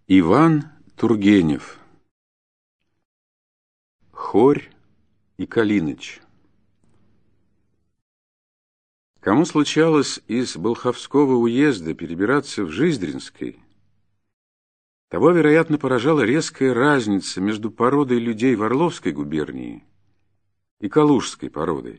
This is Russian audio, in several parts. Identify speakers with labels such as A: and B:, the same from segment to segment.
A: Иван Тургенев. Хорь и Калиныч. Кому случалось из Болховского уезда перебираться в Жиздринский, того, вероятно, поражала резкая разница между породой людей в Орловской губернии и калужской породой.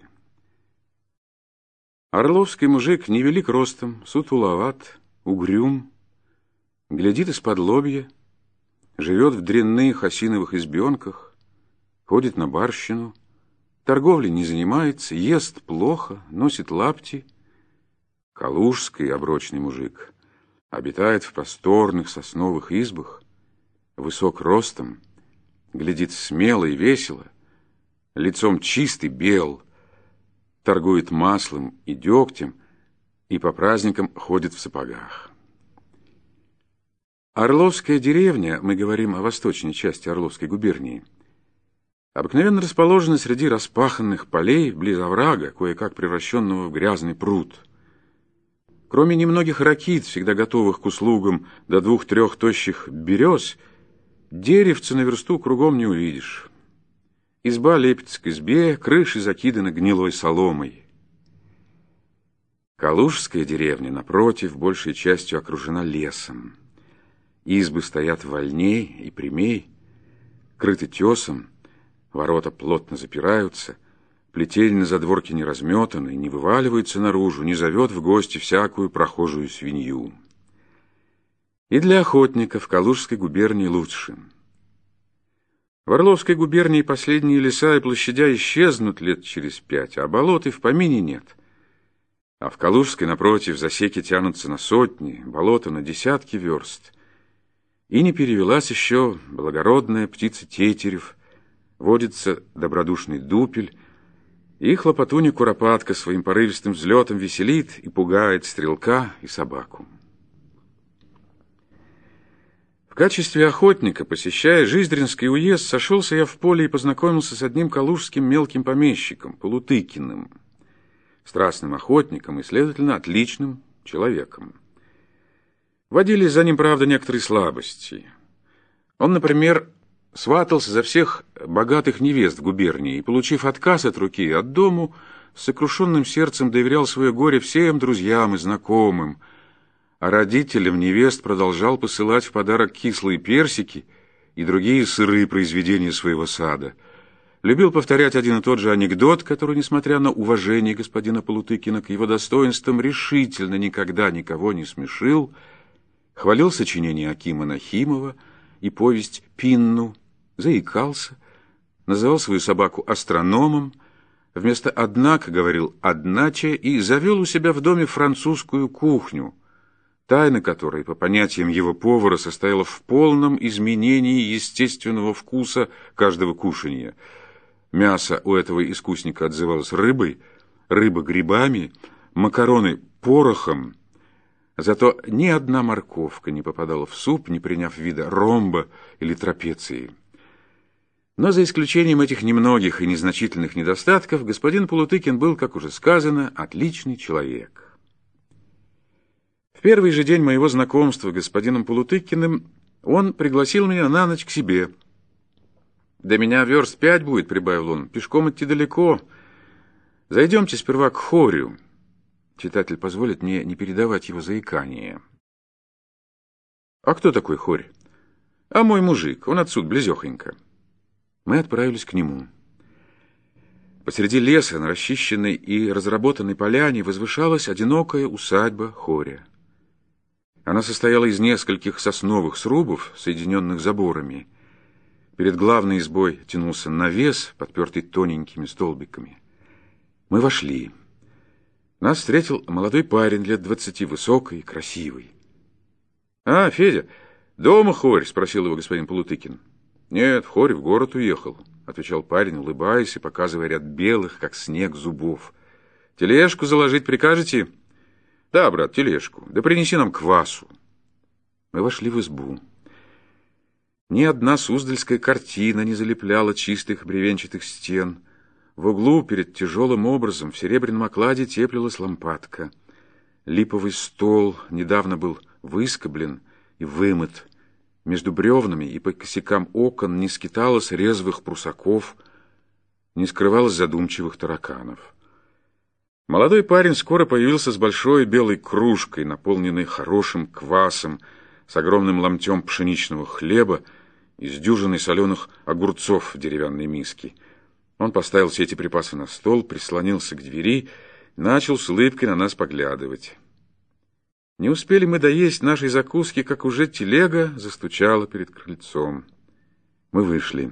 A: Орловский мужик невелик ростом, сутуловат, угрюм, глядит из-под лобья, живет в дрянных осиновых избенках, ходит на барщину, торговлей не занимается, ест плохо, носит лапти. Калужский оброчный мужик обитает в просторных сосновых избах, высок ростом, глядит смело и весело, лицом чистый, бел, торгует маслом и дегтем и по праздникам ходит в сапогах. Орловская деревня, мы говорим о восточной части Орловской губернии, обыкновенно расположена среди распаханных полей близ оврага, кое-как превращенного в грязный пруд. Кроме немногих ракит, всегда готовых к услугам, до 2-3 тощих берез, деревца на версту кругом не увидишь. Изба лепится к избе, крыши закиданы гнилой соломой. Калужская деревня, напротив, большей частью окружена лесом. Избы стоят вольней и прямей, крыты тесом, ворота плотно запираются, плетень на задворке не разметаны, не вываливается наружу, не зовет в гости всякую прохожую свинью. И для охотников в Калужской губернии лучше. В Орловской губернии последние леса и площадя исчезнут лет через 5, а болот и в помине нет. А в Калужской, напротив, засеки тянутся на сотни, болота на десятки верст. И не перевелась еще благородная птица тетерев, водится добродушный дупель, и хлопотуня куропатка своим порывистым взлетом веселит и пугает стрелка и собаку. В качестве охотника, посещая Жиздринский уезд, сошелся я в поле и познакомился с одним калужским мелким помещиком, Полутыкиным, страстным охотником и, следовательно, отличным человеком. Водились за ним, правда, некоторые слабости. Он, например, сватался за всех богатых невест в губернии и, получив отказ от руки от дому, с сокрушенным сердцем доверял свое горе всем друзьям и знакомым, а родителям невест продолжал посылать в подарок кислые персики и другие сырые произведения своего сада. Любил повторять один и тот же анекдот, который, несмотря на уважение господина Полутыкина к его достоинствам, решительно никогда никого не смешил, хвалил сочинение Акима Нахимова и повесть «Пинну», заикался, называл свою собаку астрономом, вместо «однако» говорил «одначе» и завел у себя в доме французскую кухню, тайна которой, по понятиям его повара, состояла в полном изменении естественного вкуса каждого кушанья. Мясо у этого искусника отзывалось рыбой, рыба грибами, макароны порохом. Зато ни одна морковка не попадала в суп, не приняв вида ромба или трапеции. Но за исключением этих немногих и незначительных недостатков, господин Полутыкин был, как уже сказано, отличный человек. В первый же день моего знакомства с господином Полутыкиным он пригласил меня на ночь к себе. «До меня верст 5 будет», — прибавил он, — «пешком идти далеко. Зайдемте сперва к Хорю». Читатель позволит мне не передавать его заикание. «А кто такой Хорь?» «А мой мужик, он отсюда, близехонько». Мы отправились к нему. Посреди леса, на расчищенной и разработанной поляне, возвышалась одинокая усадьба Хоря. Она состояла из нескольких сосновых срубов, соединенных заборами. Перед главной избой тянулся навес, подпертый тоненькими столбиками. Мы вошли. Нас встретил молодой парень лет 20, высокий, красивый. «А, Федя, дома Хорь?» — спросил его господин Полутыкин. «Нет, Хорь в город уехал», — отвечал парень, улыбаясь и показывая ряд белых, как снег, зубов. «Тележку заложить прикажете?» «Да, брат, тележку. Да принеси нам квасу». Мы вошли в избу. Ни одна суздальская картина не залепляла чистых бревенчатых стен. В углу перед тяжелым образом в серебряном окладе теплилась лампадка. Липовый стол недавно был выскоблен и вымыт. Между бревнами и по косякам окон не скиталось резвых прусаков, не скрывалось задумчивых тараканов. Молодой парень скоро появился с большой белой кружкой, наполненной хорошим квасом, с огромным ломтем пшеничного хлеба и с дюжиной соленых огурцов в деревянной миске. Он поставил все эти припасы на стол, прислонился к двери, начал с улыбкой на нас поглядывать. Не успели мы доесть нашей закуски, как уже телега застучала перед крыльцом. Мы вышли.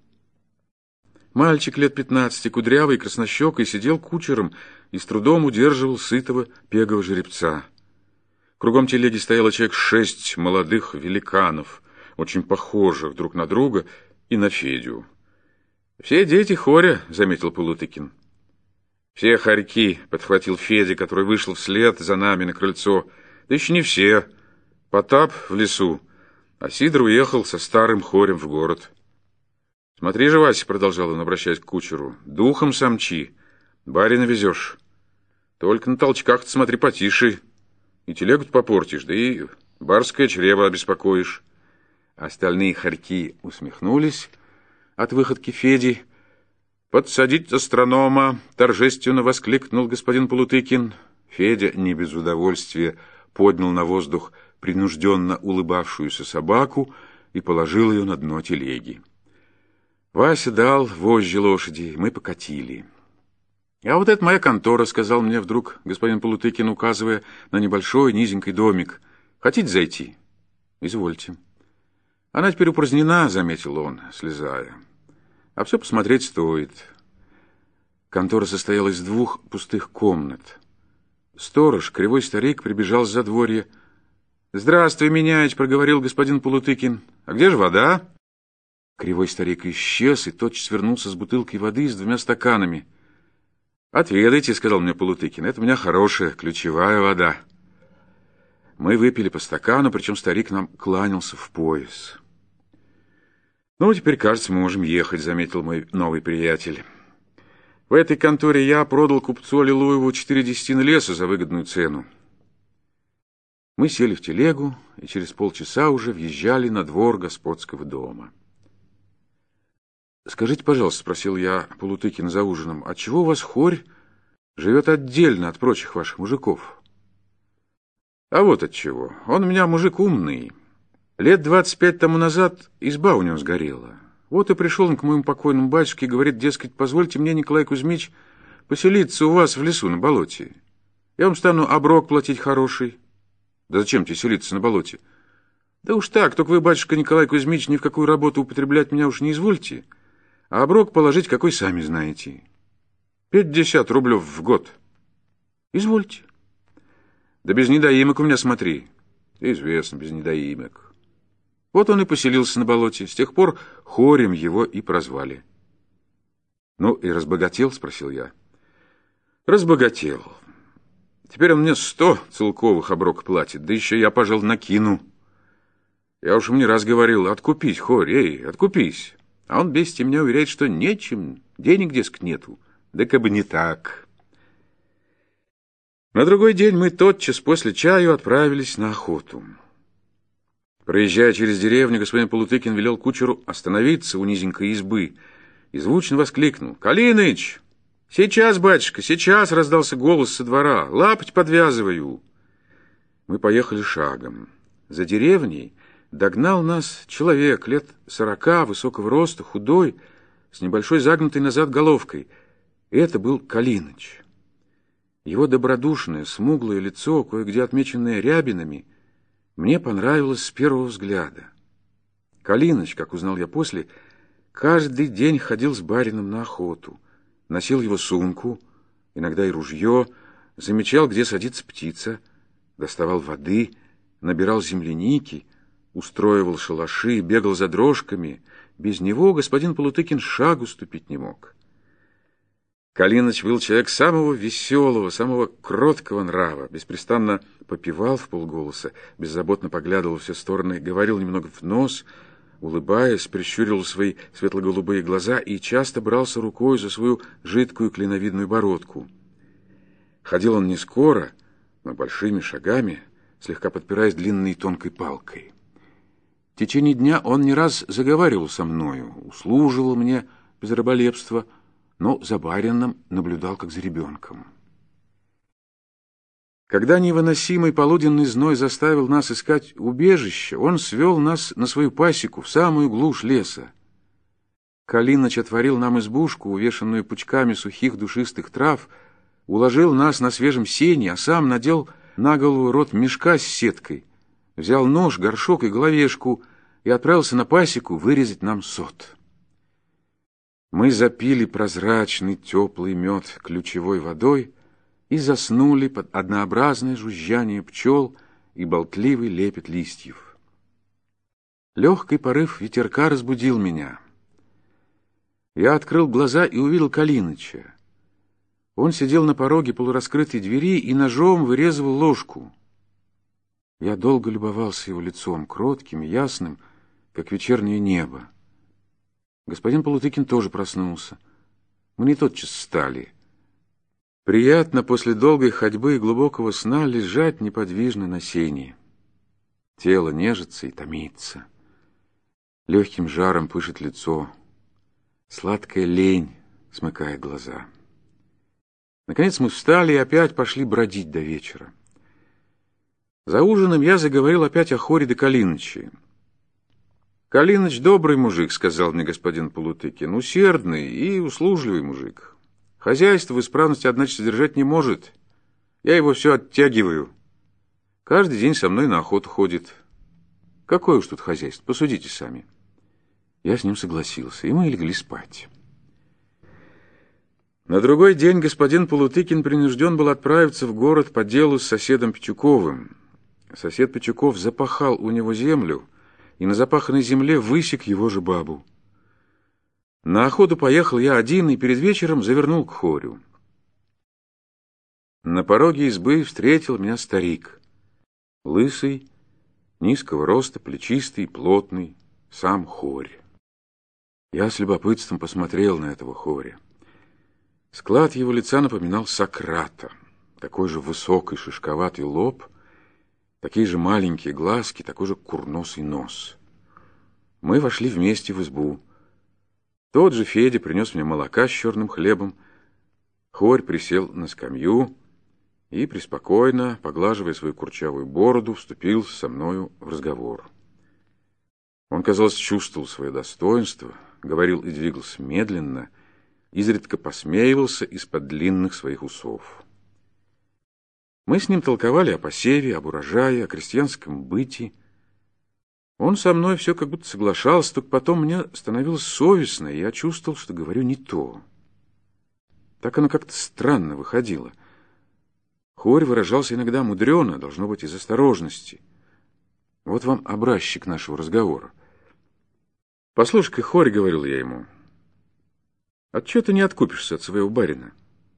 A: Мальчик лет 15, кудрявый, краснощекой, сидел кучером и с трудом удерживал сытого пегого жеребца. Кругом телеги стояло человек 6 молодых великанов, очень похожих друг на друга и на Федю. «Все дети хоря», — заметил Полутыкин. «Все хорьки», — подхватил Федя, который вышел вслед за нами на крыльцо. «Да еще не все. Потап в лесу, а Сидор уехал со старым хорем в город». «Смотри же, Вася», — продолжал он, обращаясь к кучеру, — «духом самчи, барина везешь. Только на толчках-то смотри потише, и телегу-то попортишь, да и барское чрево обеспокоишь». Остальные хорьки усмехнулись от выходки Феди. «Подсадить астронома!» — торжественно воскликнул господин Полутыкин. Федя не без удовольствия поднял на воздух принужденно улыбавшуюся собаку и положил ее на дно телеги. Вася дал вожжи лошади, мы покатили. «А вот это моя контора», — сказал мне вдруг господин Полутыкин, указывая на небольшой низенький домик. «Хотите зайти?» «Извольте». «Она теперь упразднена», — заметил он, слезая. «А все посмотреть стоит». Контора состояла из 2 пустых комнат. Сторож, кривой старик, прибежал с задворья. «Здравствуй, Меняич», — проговорил господин Полутыкин. «А где же вода?» Кривой старик исчез и тотчас вернулся с бутылкой воды и с 2 стаканами. «Отведайте», — сказал мне Полутыкин, — «это у меня хорошая ключевая вода». Мы выпили по стакану, причем старик нам кланялся в пояс. «Ну, теперь, кажется, мы можем ехать», — заметил мой новый приятель. «В этой конторе я продал купцу Аллилуеву 4 десятины леса за выгодную цену». Мы сели в телегу и через полчаса уже въезжали на двор господского дома. «Скажите, пожалуйста, — спросил я Полутыкина за ужином, — отчего у вас хорь живет отдельно от прочих ваших мужиков?» «А вот отчего. Он у меня мужик умный. Лет 25 тому назад изба у него сгорела. Вот и пришел он к моему покойному батюшке и говорит, дескать, позвольте мне, Николай Кузьмич, поселиться у вас в лесу на болоте. Я вам стану оброк платить хороший». «Да зачем тебе селиться на болоте?» «Да уж так, только вы, батюшка Николай Кузьмич, ни в какую работу употреблять меня уж не извольте, а оброк положить какой сами знаете. 50 рублев в год». «Извольте». «Да без недоимок у меня, смотри». «Известно, без недоимок». Вот он и поселился на болоте. С тех пор хорем его и прозвали. «Ну и разбогател?» — спросил я. «Разбогател. Теперь он мне 100 целковых оброк платит, да еще я, пожалуй, накину. Я уж ему не раз говорил, откупись, хорь, эй, откупись. А он бесите меня уверяет, что нечем, денег, дескать, нету. Да как бы не так». На другой день мы тотчас после чаю отправились на охоту. Проезжая через деревню, господин Полутыкин велел кучеру остановиться у низенькой избы и звучно воскликнул: «Калиныч! Сейчас, батюшка, сейчас!» — раздался голос со двора. «Лапоть подвязываю!» Мы поехали шагом. За деревней догнал нас человек лет 40, высокого роста, худой, с небольшой загнутой назад головкой. Это был Калиныч. Его добродушное, смуглое лицо, кое-где отмеченное рябинами, мне понравилось с первого взгляда. Калиныч, как узнал я после, каждый день ходил с барином на охоту, носил его сумку, иногда и ружье, замечал, где садится птица, доставал воды, набирал земляники, устроивал шалаши, бегал за дрожками. Без него господин Полутыкин шагу ступить не мог. Калиныч был человек самого веселого, самого кроткого нрава, беспрестанно попивал вполголоса, беззаботно поглядывал во все стороны, говорил немного в нос, улыбаясь, прищурил свои светло-голубые глаза и часто брался рукой за свою жидкую клиновидную бородку. Ходил он не скоро, но большими шагами, слегка подпираясь длинной тонкой палкой. течение дня он не раз заговаривал со мною, услуживал мне без раболепства, но за барином наблюдал, как за ребенком. Когда невыносимый полуденный зной заставил нас искать убежище, он свел нас на свою пасеку, в самую глушь леса. Калиныч отворил нам избушку, увешанную пучками сухих душистых трав, уложил нас на свежем сене, а сам надел на голову рот мешка с сеткой, взял нож, горшок и головешку и отправился на пасеку вырезать нам сот. Мы запили прозрачный теплый мед ключевой водой и заснули под однообразное жужжание пчел и болтливый лепет листьев. Легкий порыв ветерка разбудил меня. Я открыл глаза и увидел Калиныча. Он сидел на пороге полураскрытой двери и ножом вырезывал ложку. Я долго любовался его лицом, кротким и ясным, как вечернее небо. Господин Полутыкин тоже проснулся. Мы не тотчас встали. Приятно после долгой ходьбы и глубокого сна лежать неподвижно на сене. Тело нежится и томится. Легким жаром пышет лицо. Сладкая лень смыкает глаза. Наконец мы встали и опять пошли бродить до вечера. За ужином я заговорил опять о Хоре да Калиныче. «Калиныч добрый мужик», — сказал мне господин Полутыкин, — «усердный и услужливый мужик. Хозяйство в исправности, одначе, содержать не может. Я его все оттягиваю. Каждый день со мной на охоту ходит. Какое уж тут хозяйство, посудите сами». Я с ним согласился, и мы легли спать. На другой день господин Полутыкин принужден был отправиться в город по делу с соседом Пичуковым. Сосед Пичуков запахал у него землю, и на запаханной земле высек его же бабу. На охоту поехал я один и перед вечером завернул к Хорю. На пороге избы встретил меня старик. Лысый, низкого роста, плечистый, плотный, сам Хорь. Я с любопытством посмотрел на этого Хоря. Склад его лица напоминал Сократа. Такой же высокий шишковатый лоб, такие же маленькие глазки, такой же курносый нос. Мы вошли вместе в избу. Тот же Федя принес мне молока с черным хлебом. Хорь присел на скамью и преспокойно, поглаживая свою курчавую бороду, вступил со мною в разговор. Он, казалось, чувствовал свое достоинство, говорил и двигался медленно, изредка посмеивался из-под длинных своих усов. Мы с ним толковали о посеве, об урожае, о крестьянском быте. Он со мной все как будто соглашался, только потом мне становилось совестно, и я чувствовал, что говорю не то. Так оно как-то странно выходило. Хорь выражался иногда мудрено, должно быть, из осторожности. Вот вам образчик нашего разговора. «Послушай-ка, Хорь, — говорил я ему, — отчего ты не откупишься от своего барина?»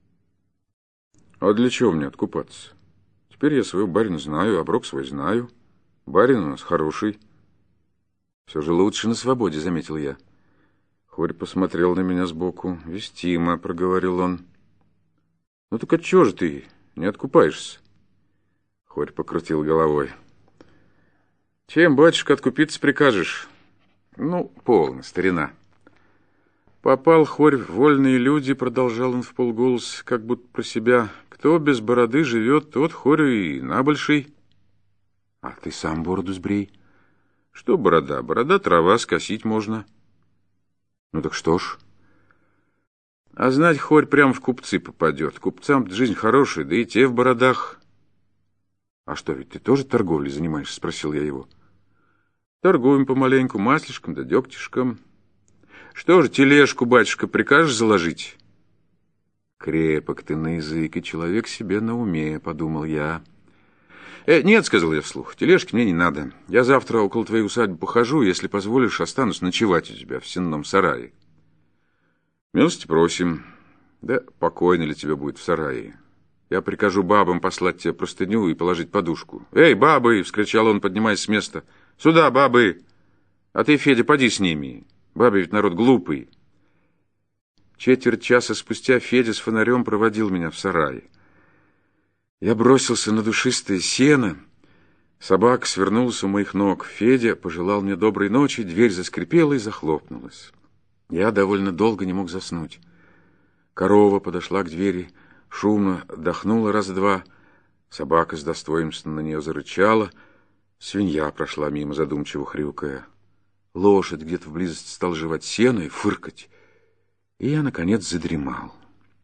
A: «А для чего мне откупаться? Теперь я своего барина знаю, оброк свой знаю. Барин у нас хороший». «Все же лучше на свободе», — заметил я. Хорь посмотрел на меня сбоку. «Вестимо», — проговорил он. «Ну так отчего же ты не откупаешься?» Хорь покрутил головой. «Чем, батюшка, откупиться прикажешь?» «Ну, полно, старина». «Попал Хорь в вольные люди», — продолжал он вполголоса, как будто про себя. «Кто без бороды живет, тот Хорю и набольший». «А ты сам бороду сбрей». «Что борода? Борода трава, скосить можно». «Ну так что ж?» «А знать, Хорь прямо в купцы попадет. Купцам-то жизнь хорошая, да и те в бородах». «А что, ведь ты тоже торговлей занимаешься?» — спросил я его. «Торгуем помаленьку маслишком да дегтишком. Что же, тележку, батюшка, прикажешь заложить?» «Крепок ты на язык, и человек себе на уме», — подумал я. «Нет», — сказал я вслух, — «тележки мне не надо. Я завтра около твоей усадьбы похожу, если позволишь, останусь ночевать у тебя в сенном сарае». «Милости просим. Да покойно ли тебе будет в сарае? Я прикажу бабам послать тебе простыню и положить подушку». «Эй, бабы!» — вскричал он, поднимаясь с места. «Сюда, бабы! А ты, Федя, поди с ними. Бабы ведь народ глупый». Четверть часа спустя Федя с фонарем проводил меня в сарай. Я бросился на душистое сено, Собака свернулся у моих ног. Федя пожелал мне доброй ночи, дверь заскрипела и захлопнулась. Я довольно долго не мог заснуть. Корова подошла к двери, шумно дохнула раз-два. Собака с достоинством на нее зарычала. Свинья прошла мимо, задумчиво хрюкая. Лошадь где-то вблизости стал жевать сено и фыркать. И я, наконец, задремал.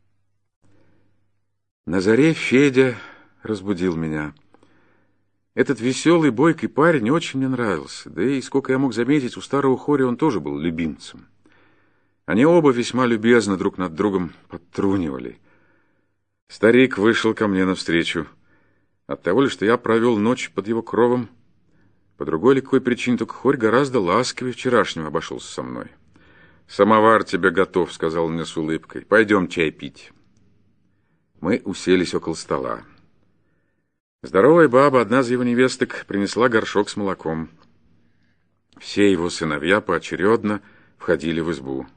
A: На заре Федя разбудил меня. Этот веселый, бойкий парень очень мне нравился. Да и, сколько я мог заметить, у старого Хоря он тоже был любимцем. Они оба весьма любезно друг над другом подтрунивали. Старик вышел ко мне навстречу. От того ли, что я провел ночь под его кровом, по другой ли какой причине, только Хорь гораздо ласковее вчерашнего обошелся со мной. «Самовар тебе готов», — сказал он мне с улыбкой. «Пойдем чай пить». Мы уселись около стола. Здоровая баба, одна из его невесток, принесла горшок с молоком. Все его сыновья поочередно входили в избу.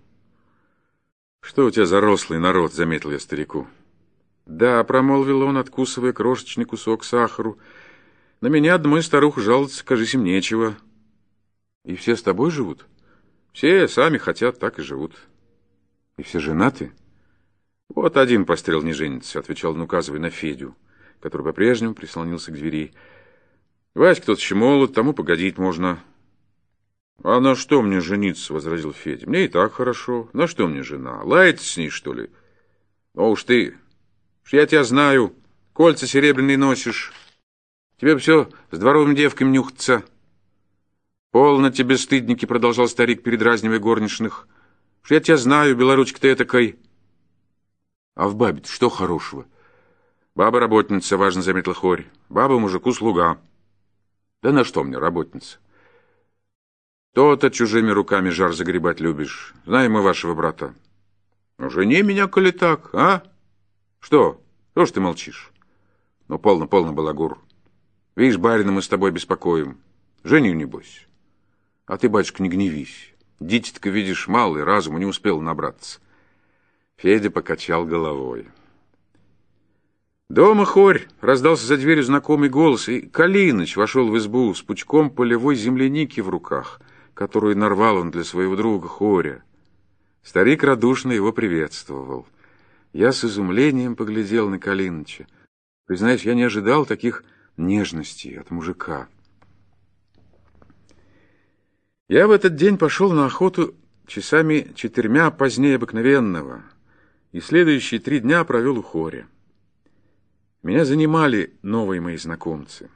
A: «Что у тебя за рослый народ?» — заметил я старику. «Да», — промолвил он, откусывая крошечный кусок сахару. «На меня одной старуху жаловаться, кажись, им нечего». «И все с тобой живут?» «Все сами хотят, так и живут». «И все женаты?» «Вот один пострел не женится», — отвечал он, указывая на Федю, который по-прежнему прислонился к двери. «Васька тот еще молод, тому погодить можно». «А на что мне жениться?» — возразил Федя. «Мне и так хорошо. На что мне жена? Лаяться с ней, что ли?» «Ну уж ты, уж я тебя знаю, кольца серебряные носишь. Тебе все с дворовыми девками нюхаться». «Полно тебе, стыдники», — продолжал старик, передразнивая горничных. «Уж я тебя знаю, белоручка ты этакой». «А в бабе-то что хорошего?» «Баба работница», — важно заметил Хорь. «Баба мужику слуга». «Да на что мне работница?» «То-то чужими руками жар загребать любишь. Знаем мы вашего брата». «Ну, жени меня, коли так, а? Что? Что ж ты молчишь?» «Ну, полно, балагур. Видишь, барина мы с тобой беспокоим. Женю, небось. А ты, батюшка, не гневись. Дитятка, видишь, малый, разуму не успел набраться». Федя покачал головой. «Дома, Хорь!» — раздался за дверью знакомый голос, и Калиныч вошел в избу с пучком полевой земляники в руках, которую нарвал он для своего друга Хоря. Старик радушно его приветствовал. Я с изумлением поглядел на Калиныча. Признаюсь, я не ожидал таких нежностей от мужика. Я в этот день пошел на охоту часами 4 позднее обыкновенного, и следующие 3 дня провел у Хоря. Меня занимали новые мои знакомцы.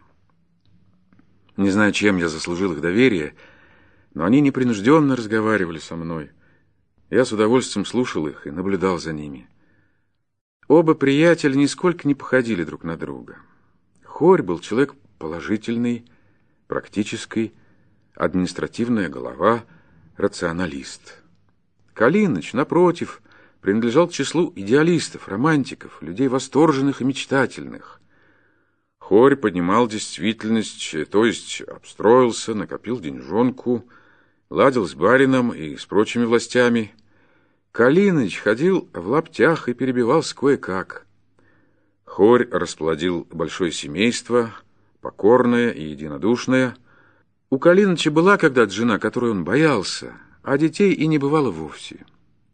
A: Не знаю, чем я заслужил их доверие, но они непринужденно разговаривали со мной. Я с удовольствием слушал их и наблюдал за ними. Оба приятеля нисколько не походили друг на друга. Хорь был человек положительный, практический, административная голова, рационалист. Калиныч, напротив, принадлежал к числу идеалистов, романтиков, людей восторженных и мечтательных. Хорь поднимал действительность, то есть обстроился, накопил деньжонку, ладил с барином и с прочими властями. Калиныч ходил в лаптях и перебивался кое-как. Хорь расплодил большое семейство, покорное и единодушное. У Калиныча была когда-то жена, которой он боялся, а детей и не бывало вовсе.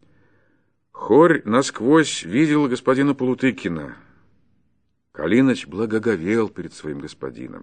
A: Хорь насквозь видел господина Полутыкина. Калиныч благоговел перед своим господином.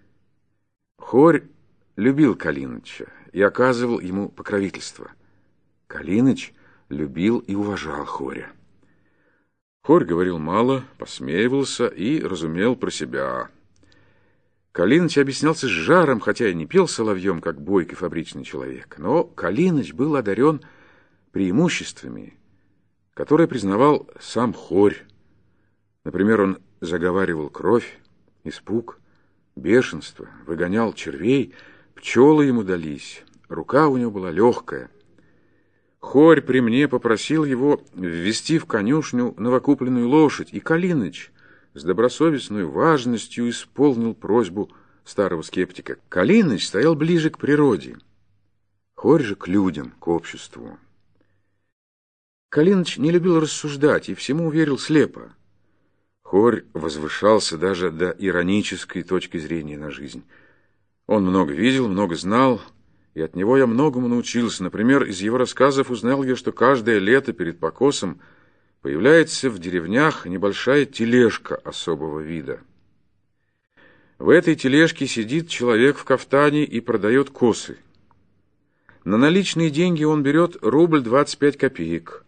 A: Хорь любил Калиныча и оказывал ему покровительство. Калиныч любил и уважал Хоря. Хорь говорил мало, посмеивался и разумел про себя. Калиныч объяснялся с жаром, хотя и не пел соловьем, как бойкий фабричный человек. Но Калиныч был одарен преимуществами, которые признавал сам Хорь. Например, он заговаривал кровь, испуг, бешенство, выгонял червей, пчелы ему дались, рука у него была легкая. Хорь при мне попросил его ввести в конюшню новокупленную лошадь, и Калиныч с добросовестной важностью исполнил просьбу старого скептика. Калиныч стоял ближе к природе, Хорь же к людям, к обществу. Калиныч не любил рассуждать и всему верил слепо. Хорь возвышался даже до иронической точки зрения на жизнь. Он много видел, много знал, и от него я многому научился. Например, из его рассказов узнал я, что каждое лето перед покосом появляется в деревнях небольшая тележка особого вида. В этой тележке сидит человек в кафтане и продает косы. На наличные деньги он берет рубль 25 копеек,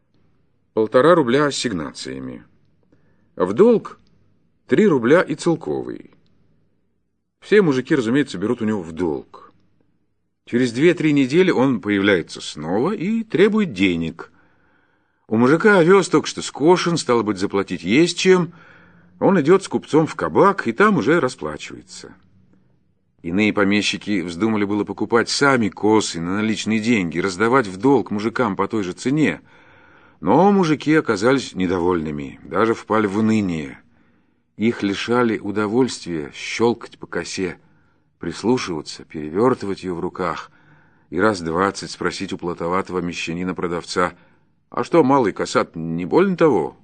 A: 1,5 рубля ассигнациями. В долг 3 рубля и целковый. Все мужики, разумеется, берут у него в долг. Через 2-3 недели он появляется снова и требует денег. У мужика овес только что скошен, стало быть, заплатить есть чем. Он идет с купцом в кабак и там уже расплачивается. Иные помещики вздумали было покупать сами косы на наличные деньги, раздавать в долг мужикам по той же цене. Но мужики оказались недовольными, даже впали в уныние. Их лишали удовольствия щелкать по косе, прислушиваться, перевертывать ее в руках и раз 20 спросить у плотоватого мещанина-продавца: «А что, малый, коса не больно того?»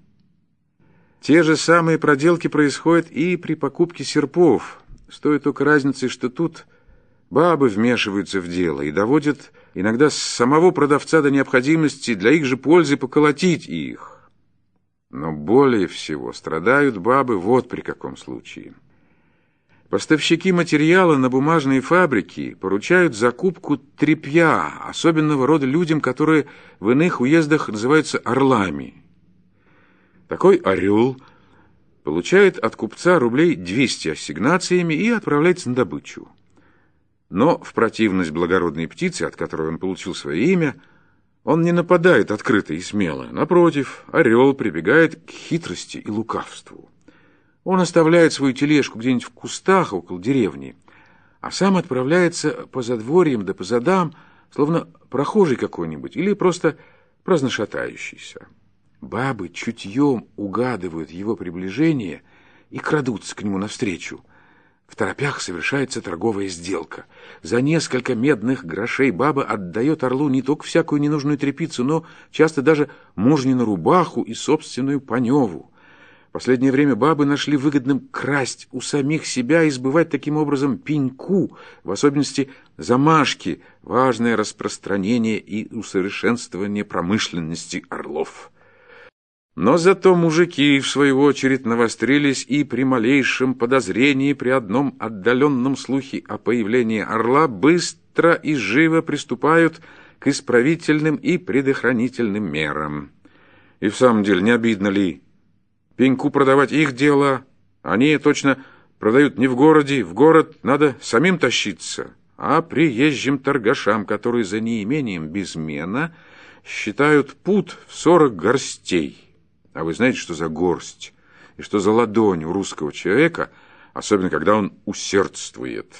A: Те же самые проделки происходят и при покупке серпов. Стоит только разницы, что тут бабы вмешиваются в дело и доводят иногда самого продавца до необходимости для их же пользы поколотить их. Но более всего страдают бабы вот при каком случае. Поставщики материала на бумажные фабрики поручают закупку тряпья особенного рода людям, которые в иных уездах называются орлами. Такой орел получает от купца рублей 200 ассигнациями и отправляется на добычу. Но в противность благородной птице, от которой он получил свое имя, он не нападает открыто и смело. Напротив, орел прибегает к хитрости и лукавству. Он оставляет свою тележку где-нибудь в кустах около деревни, а сам отправляется по задворьям да по задам, словно прохожий какой-нибудь или просто праздношатающийся. Бабы чутьем угадывают его приближение и крадутся к нему навстречу. В торопях совершается торговая сделка. За несколько медных грошей баба отдает орлу не только всякую ненужную тряпицу, но часто даже мужнину рубаху и собственную паневу. В последнее время бабы нашли выгодным красть у самих себя и сбывать таким образом пеньку, в особенности замашки, важное распространение и усовершенствование промышленности орлов. Но зато мужики, в свою очередь, навострились и при малейшем подозрении, при одном отдаленном слухе о появлении орла, быстро и живо приступают к исправительным и предохранительным мерам. И в самом деле, не обидно ли? Пеньку продавать их дело, они точно продают не в городе, в город надо самим тащиться, а приезжим торгашам, которые за неимением безмена считают пуд в 40 горстей. А вы знаете, что за горсть и что за ладонь у русского человека, особенно когда он усердствует?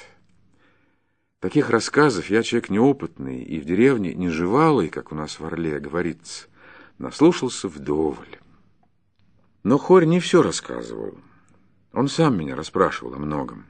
A: Таких рассказов я человек неопытный и в деревне неживалый, как у нас в Орле говорится, наслушался вдоволь. Но Хорь не все рассказывал. Он сам меня расспрашивал о многом.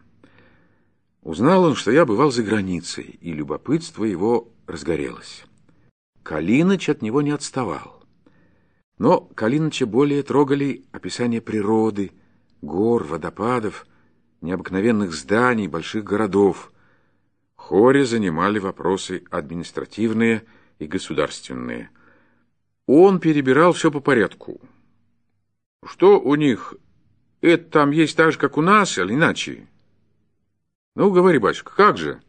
A: Узнал он, что я бывал за границей, и любопытство его разгорелось. Калиныч от него не отставал. Но Калиныча более трогали описания природы, гор, водопадов, необыкновенных зданий, больших городов. Хоря занимали вопросы административные и государственные. Он перебирал все по порядку. Что у них? Это там есть так же, как у нас, или иначе? Ну, говори, батюшка, как же?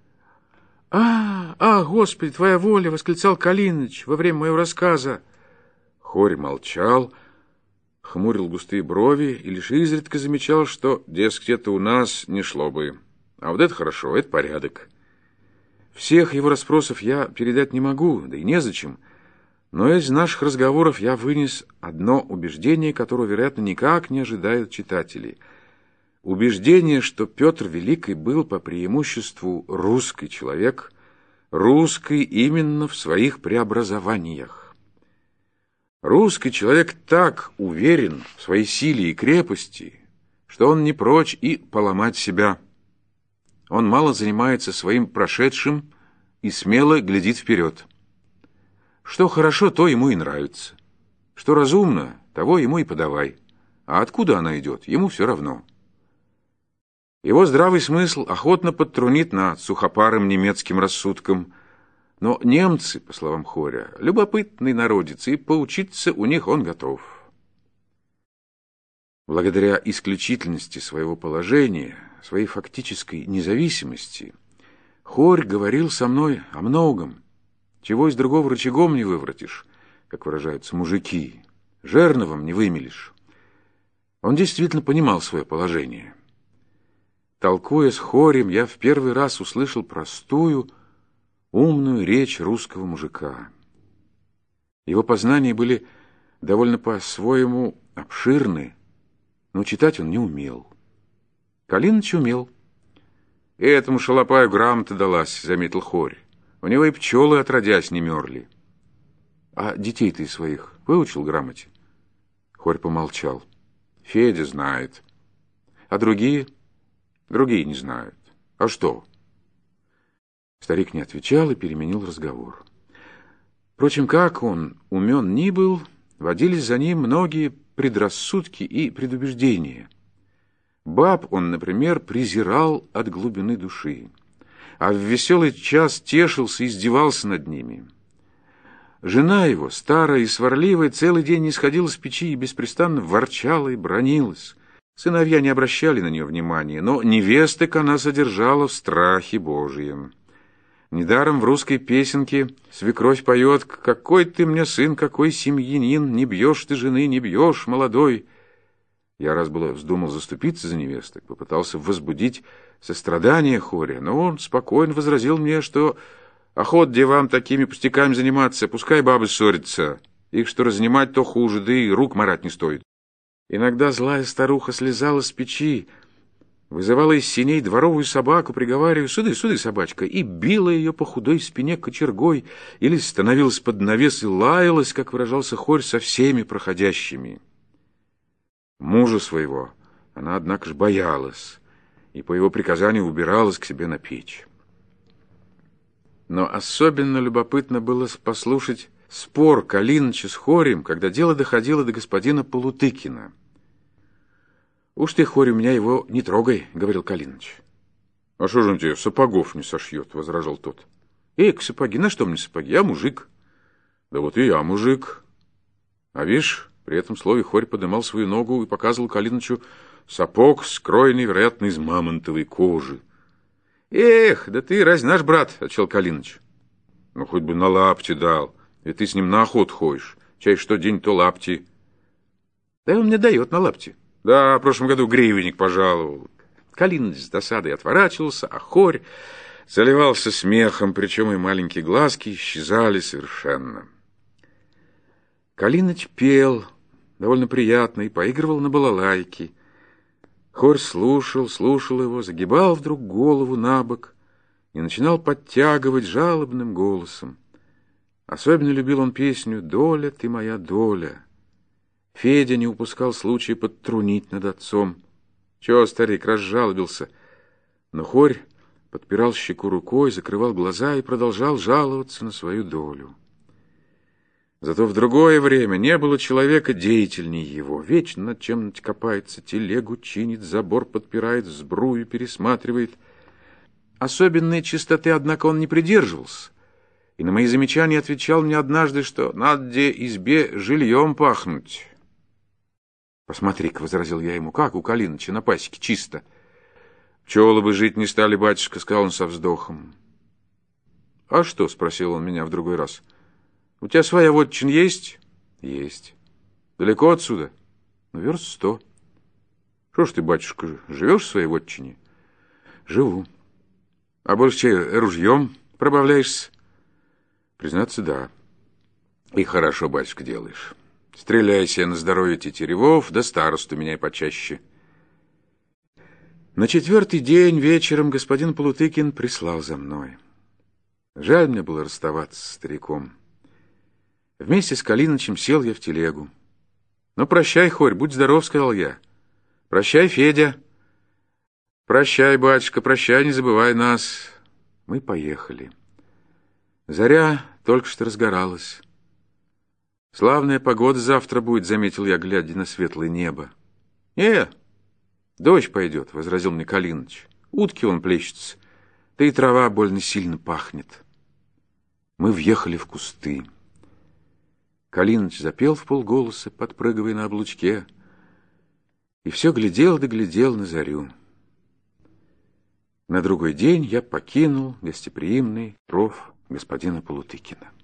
A: Господи, твоя воля! — восклицал Калиныч во время моего рассказа. Хорь молчал, хмурил густые брови и лишь изредка замечал, что, дескать, это у нас не шло бы. А вот это хорошо, это порядок. Всех его расспросов я передать не могу, да и незачем. Но из наших разговоров я вынес одно убеждение, которого, вероятно, никак не ожидают читатели. Убеждение, что Петр Великий был по преимуществу русский человек, русский именно в своих преобразованиях. Русский человек так уверен в своей силе и крепости, что он не прочь и поломать себя. Он мало занимается своим прошедшим и смело глядит вперед. Что хорошо, то ему и нравится. Что разумно, того ему и подавай. А откуда она идет, ему все равно. Его здравый смысл охотно подтрунит над сухопарым немецким рассудком. Но немцы, по словам Хоря, любопытный народец, и поучиться у них он готов. Благодаря исключительности своего положения, своей фактической независимости, Хорь говорил со мной о многом, чего из другого рычагом не выворотишь, как выражаются мужики, жерновом не вымелешь. Он действительно понимал свое положение. Толкуя с Хорем, я в первый раз услышал простую, умную речь русского мужика. Его познания были довольно по-своему обширны, но читать он не умел. Калиныч умел. И этому шалопаю грамота далась, заметил Хорь. У него и пчелы отродясь не мерли. А детей ты своих выучил грамоте? Хорь помолчал. Федя знает. А другие? Другие не знают. А что? Старик не отвечал и переменил разговор. Впрочем, как он умен ни был, водились за ним многие предрассудки и предубеждения. Баб он, например, презирал от глубины души, а в веселый час тешился и издевался над ними. Жена его, старая и сварливая, целый день не сходила с печи и беспрестанно ворчала и бранилась. Сыновья не обращали на нее внимания, но невесток она содержала в страхе Божьем. Недаром в русской песенке свекровь поет: «Какой ты мне сын, какой семьянин, не бьешь ты жены, не бьешь, молодой». Я раз было вздумал заступиться за невесток, попытался возбудить сострадание Хоря, но он спокойно возразил мне, что охот девам такими пустяками заниматься, пускай бабы ссорятся, их что разнимать, то хуже, да и рук марать не стоит. Иногда злая старуха слезала с печи, вызывала из сеней дворовую собаку, приговаривая: «Суды, суды, собачка», и била ее по худой спине кочергой, или становилась под навес и лаялась, как выражался Хорь, со всеми проходящими. Мужа своего она, однако ж, боялась, и по его приказанию убиралась к себе на печь. Но особенно любопытно было послушать спор Калиныча с Хорем, когда дело доходило до господина Полутыкина. «Уж ты, Хорь, у меня его не трогай», — говорил Калиныч. «А что же он тебе сапогов не сошьет?» — возражал тот. «Эк, сапоги, на что мне сапоги? Я мужик». «Да вот и я мужик». А видишь, при этом слове Хорь подымал свою ногу и показывал Калинычу сапог, скроенный, вероятно, из мамонтовой кожи. «Эх, да ты разве наш брат?» — отвечал Калиныч. «Ну, хоть бы на лапти дал, ведь ты с ним на охоту ходишь. Чай что день, то лапти». «Да он мне дает на лапти». «Да, в прошлом году гривенник пожаловал». Калиныч с досадой отворачивался, а Хорь заливался смехом, причем и маленькие глазки исчезали совершенно. Калиныч пел довольно приятно и поигрывал на балалайке. Хорь слушал его, загибал вдруг голову на бок и начинал подтягивать жалобным голосом. Особенно любил он песню «Доля ты моя доля». Федя не упускал случая подтрунить над отцом. «Чего, старик, разжалобился?» Но Хорь подпирал щеку рукой, закрывал глаза и продолжал жаловаться на свою долю. Зато в другое время не было человека деятельнее его. Вечно над чем-нибудь копается, телегу чинит, забор подпирает, сбрую пересматривает. Особенной чистоты, однако, он не придерживался. И на мои замечания отвечал мне однажды, что надо где избе жильем пахнуть. «Посмотри-ка», — возразил я ему, — «как у Калиныча на пасеке чисто». «Пчелы бы жить не стали, батюшка», — сказал он со вздохом. «А что?» — спросил он меня в другой раз. «У тебя своя вотчина есть?» «Есть». «Далеко отсюда?» «Ну, верст 100». «Что ж ты, батюшка, живешь в своей вотчине?» «Живу». «А больше чай ружьем пробавляешься?» «Признаться, да». «И хорошо, батюшка, делаешь. Стреляйся на здоровье тетеревов, да старосту меняй почаще». На 4-й день вечером господин Полутыкин прислал за мной. Жаль мне было расставаться с стариком. Вместе с Калинычем сел я в телегу. «Ну, прощай, Хорь, будь здоров», — сказал я. «Прощай, Федя». «Прощай, батюшка, прощай, не забывай нас». Мы поехали. Заря только что разгоралась. «Славная погода завтра будет», — заметил я, глядя на светлое небо. Дождь пойдет, — возразил мне Калиныч. Утки вон плещутся, да и трава больно сильно пахнет. Мы въехали в кусты. Калиныч запел вполголоса, подпрыгивая на облучке, и все глядел да глядел на зарю. На другой день я покинул гостеприимный ров господина Полутыкина.